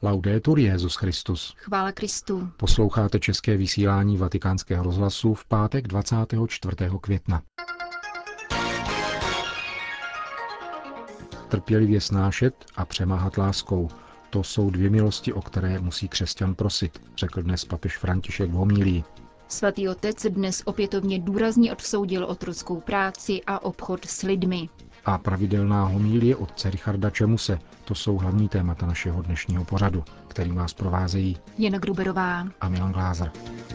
Laudetur Jesus Christus. Chvála Kristu. Posloucháte české vysílání Vatikánského rozhlasu v pátek 24. května. Trpělivě snášet a přemáhat láskou. To jsou dvě milosti, o které musí křesťan prosit, řekl dnes papež František v homílii. Svatý otec dnes opětovně důrazně odsoudil otrockou práci a obchod s lidmi. A pravidelná homílie otce Richarda Čemuse, to jsou hlavní témata našeho dnešního pořadu, kterým vás provázejí Jana Gruberová a Milan Glázer.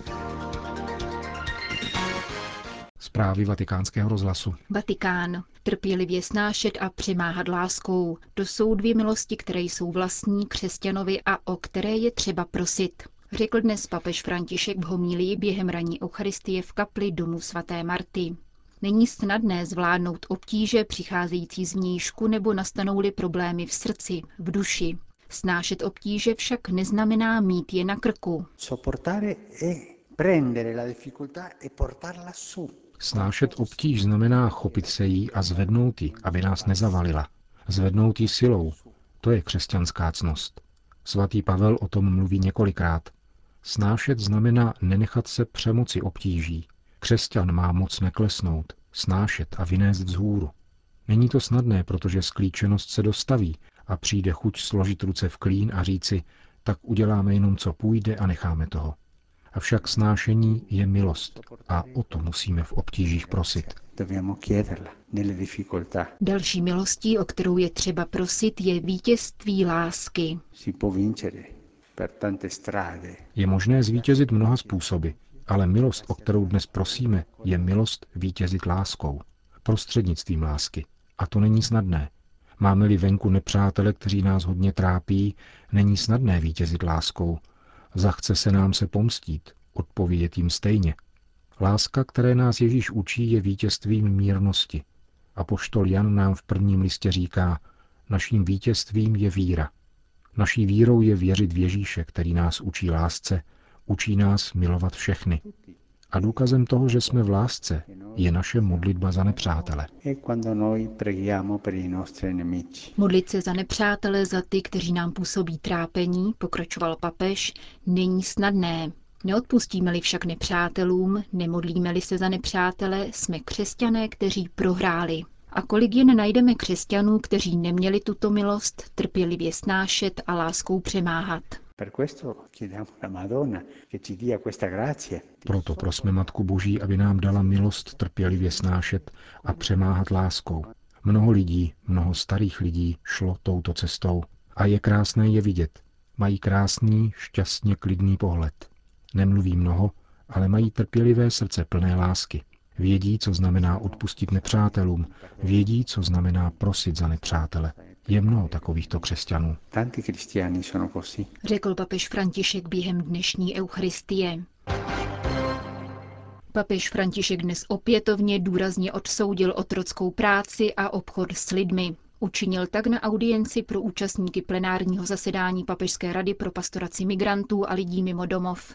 Zprávy Vatikánského rozhlasu. Vatikán. Trpělivě snášet a přemáhat láskou. To jsou dvě milosti, které jsou vlastní křesťanovi a o které je třeba prosit, řekl dnes papež František v homílii během ranní eucharistie v kapli domu svaté Marty. Není snadné zvládnout obtíže přicházející z vnějšku nebo nastanou-li problémy v srdci, v duši. Snášet obtíže však neznamená mít je na krku. Snášet obtíž znamená chopit se jí a zvednout ji, aby nás nezavalila. Zvednout ji silou. To je křesťanská ctnost. Svatý Pavel o tom mluví několikrát. Snášet znamená nenechat se přemoci obtíží. Křesťan má moc neklesnout, snášet a vynést vzhůru. Není to snadné, protože sklíčenost se dostaví a přijde chuť složit ruce v klín a říci, tak uděláme jenom, co půjde a necháme toho. Avšak snášení je milost a o to musíme v obtížích prosit. Další milostí, o kterou je třeba prosit, je vítězství lásky. Je možné zvítězit mnoha způsoby, ale milost, o kterou dnes prosíme, je milost vítězit láskou, prostřednictvím lásky. A to není snadné. Máme-li venku nepřátele, kteří nás hodně trápí, není snadné vítězit láskou. Zachce se nám se pomstít, odpovědět jim stejně. Láska, které nás Ježíš učí, je vítězstvím mírnosti. Apoštol Jan nám v prvním listě říká, naším vítězstvím je víra. Naší vírou je věřit v Ježíše, který nás učí lásce, učí nás milovat všechny. A důkazem toho, že jsme v lásce, je naše modlitba za nepřátele. Modlit se za nepřátele, za ty, kteří nám působí trápení, pokračoval papež, není snadné. Neodpustíme-li však nepřátelům, nemodlíme-li se za nepřátele, jsme křesťané, kteří prohráli. A kolik jen najdeme křesťanů, kteří neměli tuto milost, trpělivě snášet a láskou přemáhat. Proto prosme Matku Boží, aby nám dala milost trpělivě snášet a přemáhat láskou. Mnoho lidí, mnoho starých lidí šlo touto cestou a je krásné je vidět. Mají krásný, šťastně klidný pohled. Nemluví mnoho, ale mají trpělivé srdce plné lásky. Vědí, co znamená odpustit nepřátelům, vědí, co znamená prosit za nepřátele. Je mnoho takovýchto křesťanů. Řekl papež František během dnešní eucharistie. Papež František dnes opětovně důrazně odsoudil otrockou práci a obchod s lidmi. Učinil tak na audienci pro účastníky plenárního zasedání Papežské rady pro pastoraci migrantů a lidí mimo domov.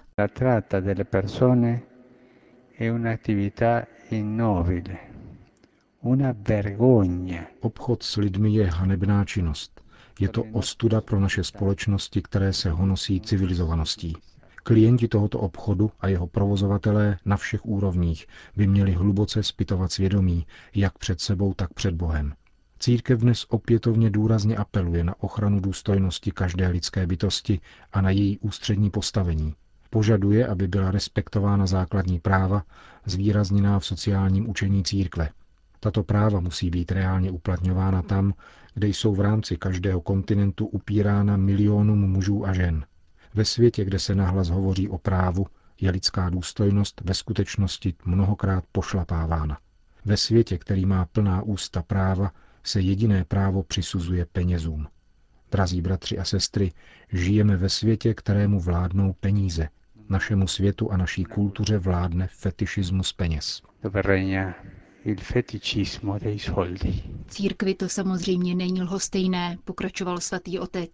Obchod s lidmi je hanebná činnost. Je to ostuda pro naše společnosti, které se honosí civilizovaností. Klienti tohoto obchodu a jeho provozovatelé na všech úrovních by měli hluboce zpytovat svědomí, jak před sebou, tak před Bohem. Církev dnes opětovně důrazně apeluje na ochranu důstojnosti každé lidské bytosti a na její ústřední postavení. Požaduje, aby byla respektována základní práva, zvýrazněná v sociálním učení církve. Tato práva musí být reálně uplatňována tam, kde jsou v rámci každého kontinentu upírána milionům mužů a žen. Ve světě, kde se nahlas hovoří o právu, je lidská důstojnost ve skutečnosti mnohokrát pošlapávána. Ve světě, který má plná ústa práva, se jediné právo přisuzuje penězům. Drazí bratři a sestry, žijeme ve světě, kterému vládnou peníze. Našemu světu a naší kultuře vládne fetišismus peněz. Církvi to samozřejmě není lhostejné, pokračoval svatý otec.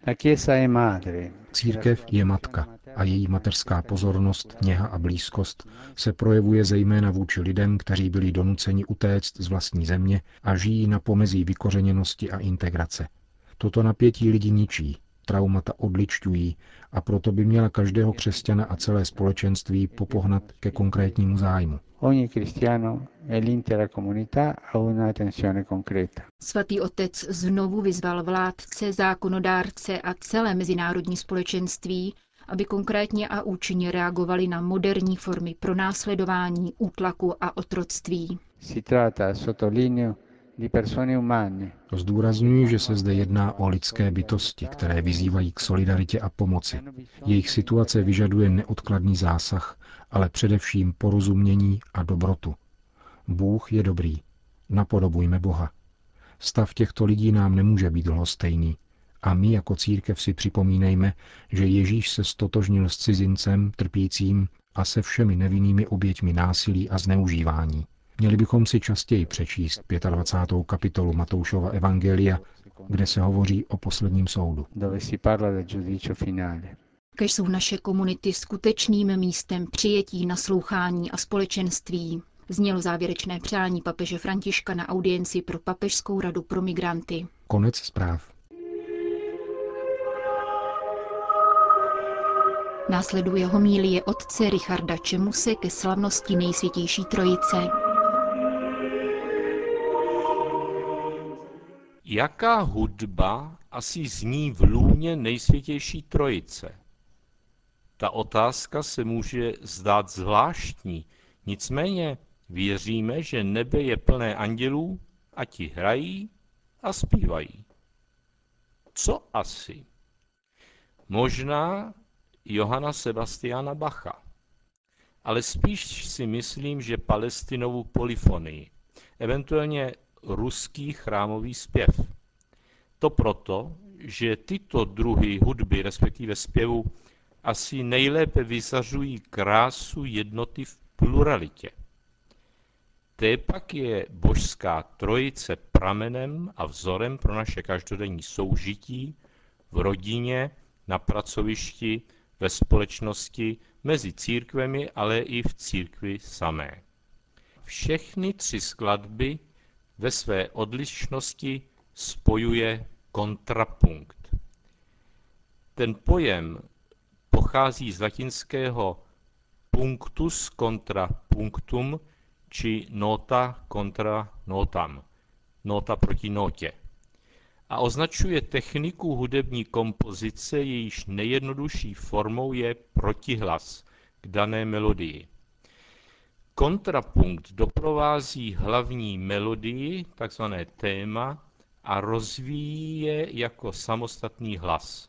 Církev je matka a její mateřská pozornost, něha a blízkost se projevuje zejména vůči lidem, kteří byli donuceni utéct z vlastní země a žijí na pomezí vykořeněnosti a integrace. Toto napětí lidi ničí. Traumata odličťují a proto by měla každého křesťana a celé společenství popohnat ke konkrétnímu zájmu. Ogni cristiano e l'intera comunità a una tensione concreta. Svatý otec znovu vyzval vládce, zákonodárce a celé mezinárodní společenství, aby konkrétně a účinně reagovali na moderní formy pronásledování, útlaku a otroctví. Si tratta, sottolineo, di persone umane. Zdůrazňuji, že se zde jedná o lidské bytosti, které vyzývají k solidaritě a pomoci. Jejich situace vyžaduje neodkladný zásah, ale především porozumění a dobrotu. Bůh je dobrý. Napodobujme Boha. Stav těchto lidí nám nemůže být lhostejný. A my jako církev si připomínejme, že Ježíš se stotožnil s cizincem, trpícím a se všemi nevinnými oběťmi násilí a zneužívání. Měli bychom si častěji přečíst 25. kapitolu Matoušova evangelia, kde se hovoří o posledním soudu. Kež jsou naše komunity skutečným místem přijetí, naslouchání a společenství, znělo závěrečné přání papeže Františka na audienci pro Papežskou radu pro migranty. Konec zpráv. Následuje homilie otce Richarda Čemuse ke slavnosti Nejsvětější Trojice. Jaká hudba asi zní v lůně Nejsvětější Trojice? Ta otázka se může zdát zvláštní, nicméně věříme, že nebe je plné andělů a ti hrají a zpívají. Co asi? Možná Johanna Sebastiana Bacha, ale spíš si myslím, že Palestinovu polyfonii, eventuálně ruský chrámový zpěv. To proto, že tyto druhy hudby, respektive zpěvu, asi nejlépe vyzařují krásu jednoty v pluralitě. Tépak je božská trojice pramenem a vzorem pro naše každodenní soužití v rodině, na pracovišti, ve společnosti, mezi církvemi, ale i v církvi samé. Všechny tři skladby ve své odlišnosti spojuje kontrapunkt. Ten pojem pochází z latinského punctus contra punctum, či nota contra notam, nota proti notě. A označuje techniku hudební kompozice, jejíž nejjednodušší formou je protihlas k dané melodii. Kontrapunkt doprovází hlavní melodii, takzvané téma, a rozvíjí je jako samostatný hlas.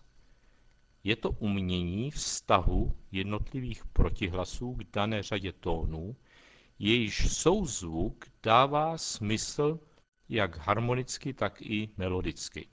Je to umění vztahu jednotlivých protihlasů k dané řadě tónů, jejíž souzvuk dává smysl jak harmonicky, tak i melodicky.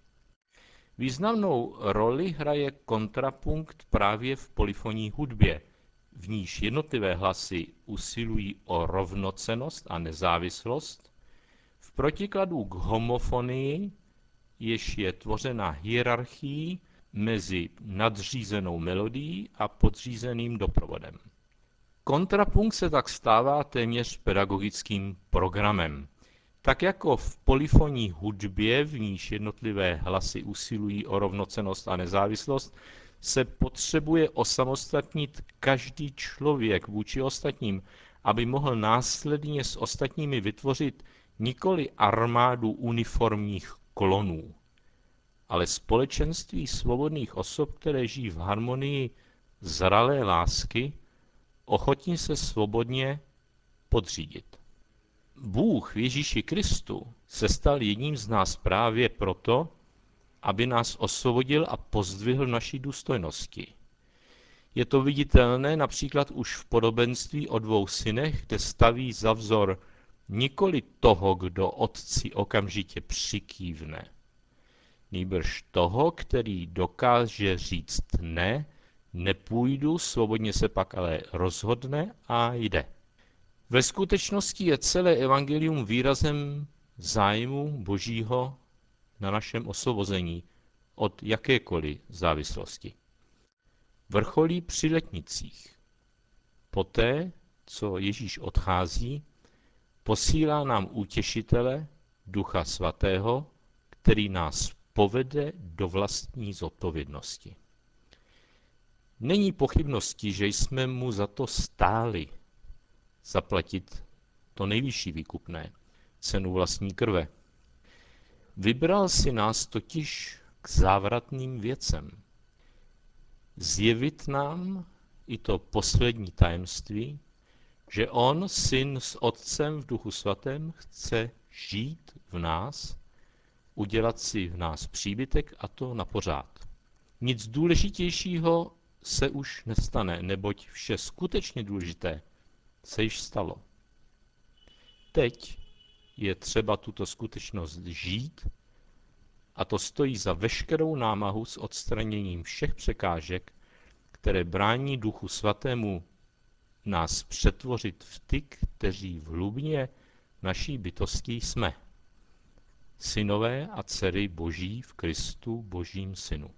Významnou roli hraje kontrapunkt právě v polyfonní hudbě, v níž jednotlivé hlasy usilují o rovnocennost a nezávislost, v protikladu k homofonii, jež je tvořena hierarchií mezi nadřízenou melodií a podřízeným doprovodem. Kontrapunkt se tak stává téměř pedagogickým programem. Tak jako v polyfonní hudbě, v níž jednotlivé hlasy usilují o rovnocennost a nezávislost, se potřebuje osamostatnit každý člověk vůči ostatním, aby mohl následně s ostatními vytvořit nikoli armádu uniformních klonů, ale společenství svobodných osob, které žijí v harmonii zralé lásky, ochotní se svobodně podřídit. Bůh v Ježíši Kristu se stal jedním z nás právě proto, aby nás osvobodil a pozdvihl naší důstojnosti. Je to viditelné například už v podobenství o dvou synech, kde staví za vzor nikoli toho, kdo otci okamžitě přikývne, nýbrž toho, který dokáže říct ne, nepůjdu, svobodně se pak ale rozhodne a jde. Ve skutečnosti je celé evangelium výrazem zájmu Božího na našem osvobození od jakékoliv závislosti. Vrcholí při letnicích. Poté, co Ježíš odchází, posílá nám Utěšitele, Ducha Svatého, který nás povede do vlastní zodpovědnosti. Není pochybnosti, že jsme mu za to stáli zaplatit to nejvyšší výkupné, cenu vlastní krve. Vybral si nás totiž k závratným věcem. Zjevit nám i to poslední tajemství, že on, Syn s Otcem v Duchu Svatém, chce žít v nás, udělat si v nás příbytek, a to na pořád. Nic důležitějšího se už nestane, neboť vše skutečně důležité se již stalo. Teď je třeba tuto skutečnost žít, a to stojí za veškerou námahu s odstraněním všech překážek, které brání Duchu Svatému nás přetvořit v ty, kteří v hlubině naší bytosti jsme. Synové a dcery Boží v Kristu, Božím Synu.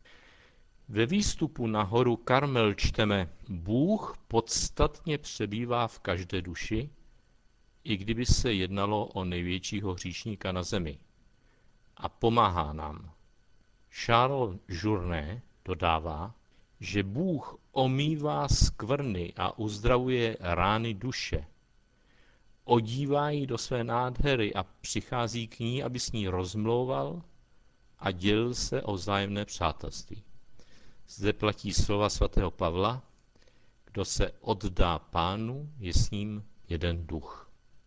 Ve výstupu na horu Karmel čteme: Bůh podstatně přebývá v každé duši, i kdyby se jednalo o největšího hříšníka na zemi, a pomáhá nám. Charles Journet dodává, že Bůh omývá skvrny a uzdravuje rány duše. Odívá ji do své nádhery a přichází k ní, aby s ní rozmlouval a dělil se o vzájemné přátelství. Zde platí slova svatého Pavla: kdo se oddá Pánu, je s ním jeden duch.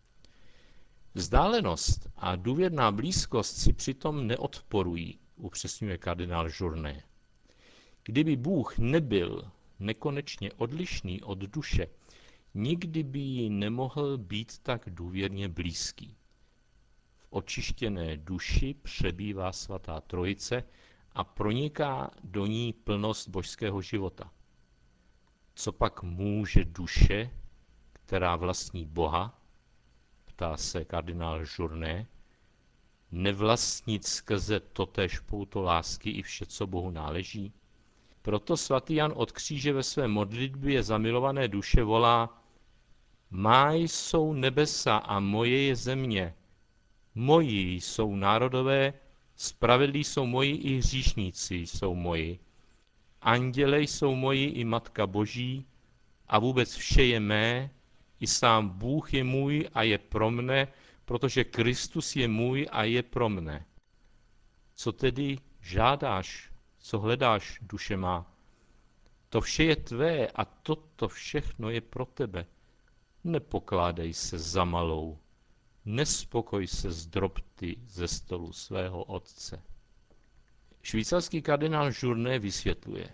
Vzdálenost a důvěrná blízkost si přitom neodporují, upřesňuje kardinál Journet. Kdyby Bůh nebyl nekonečně odlišný od duše, nikdy by jí nemohl být tak důvěrně blízký. V očištěné duši přebývá svatá Trojice a proniká do ní plnost božského života. Co pak může duše, která vlastní Boha, ptá se kardinál Journet, nevlastnit skrze totéž pouto lásky i vše, co Bohu náleží? Proto svatý Jan od kříže ve své modlitbě za milované duše volá: Má jsou nebesa a moje je země, moji jsou národové, spravedlí jsou moji i hříšníci jsou moji. Anděle jsou moji i Matka Boží a vůbec vše je mé, i sám Bůh je můj a je pro mne, protože Kristus je můj a je pro mne. Co tedy žádáš, co hledáš, duše má? To vše je tvé a toto všechno je pro tebe. Nepokládej se za malou, nespokoj se s drobty ze stolu svého otce. Švýcarský kardinál Journet vysvětluje: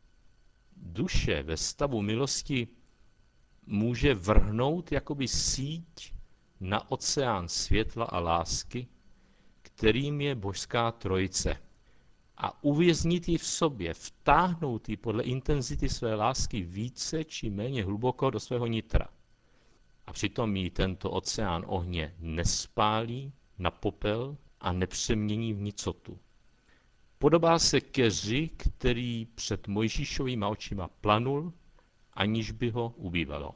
duše ve stavu milosti může vrhnout jakoby síť na oceán světla a lásky, kterým je božská trojice, a uvěznit ji v sobě, vtáhnout ji podle intenzity své lásky více či méně hluboko do svého nitra. A přitom ji tento oceán ohně nespálí na popel a nepřemění v nicotu. Podobá se keři, který před Mojžíšovýma očima planul, aniž by ho ubývalo.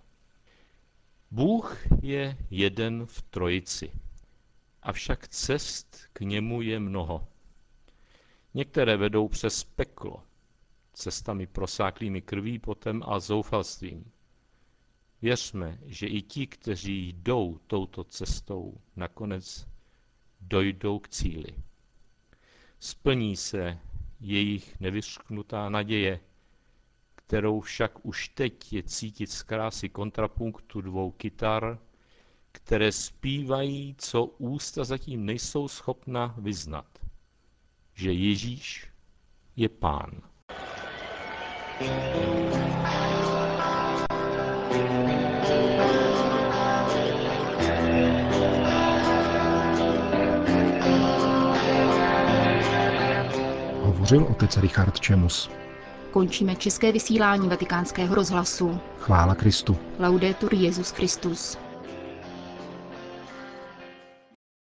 Bůh je jeden v trojici, avšak cest k němu je mnoho. Některé vedou přes peklo, cestami prosáklými krví, potem a zoufalstvím. Věřme, že i ti, kteří jdou touto cestou, nakonec dojdou k cíli. Splní se jejich nevyřknutá naděje, kterou však už teď je cítit z krásy kontrapunktu dvou kytar, které zpívají, co ústa zatím nejsou schopna vyznat, že Ježíš je Pán. Hovořil otec Richard Čemus. Končíme české vysílání Vatikánského rozhlasu. Chvála Kristu. Laudetur Jesus Christus.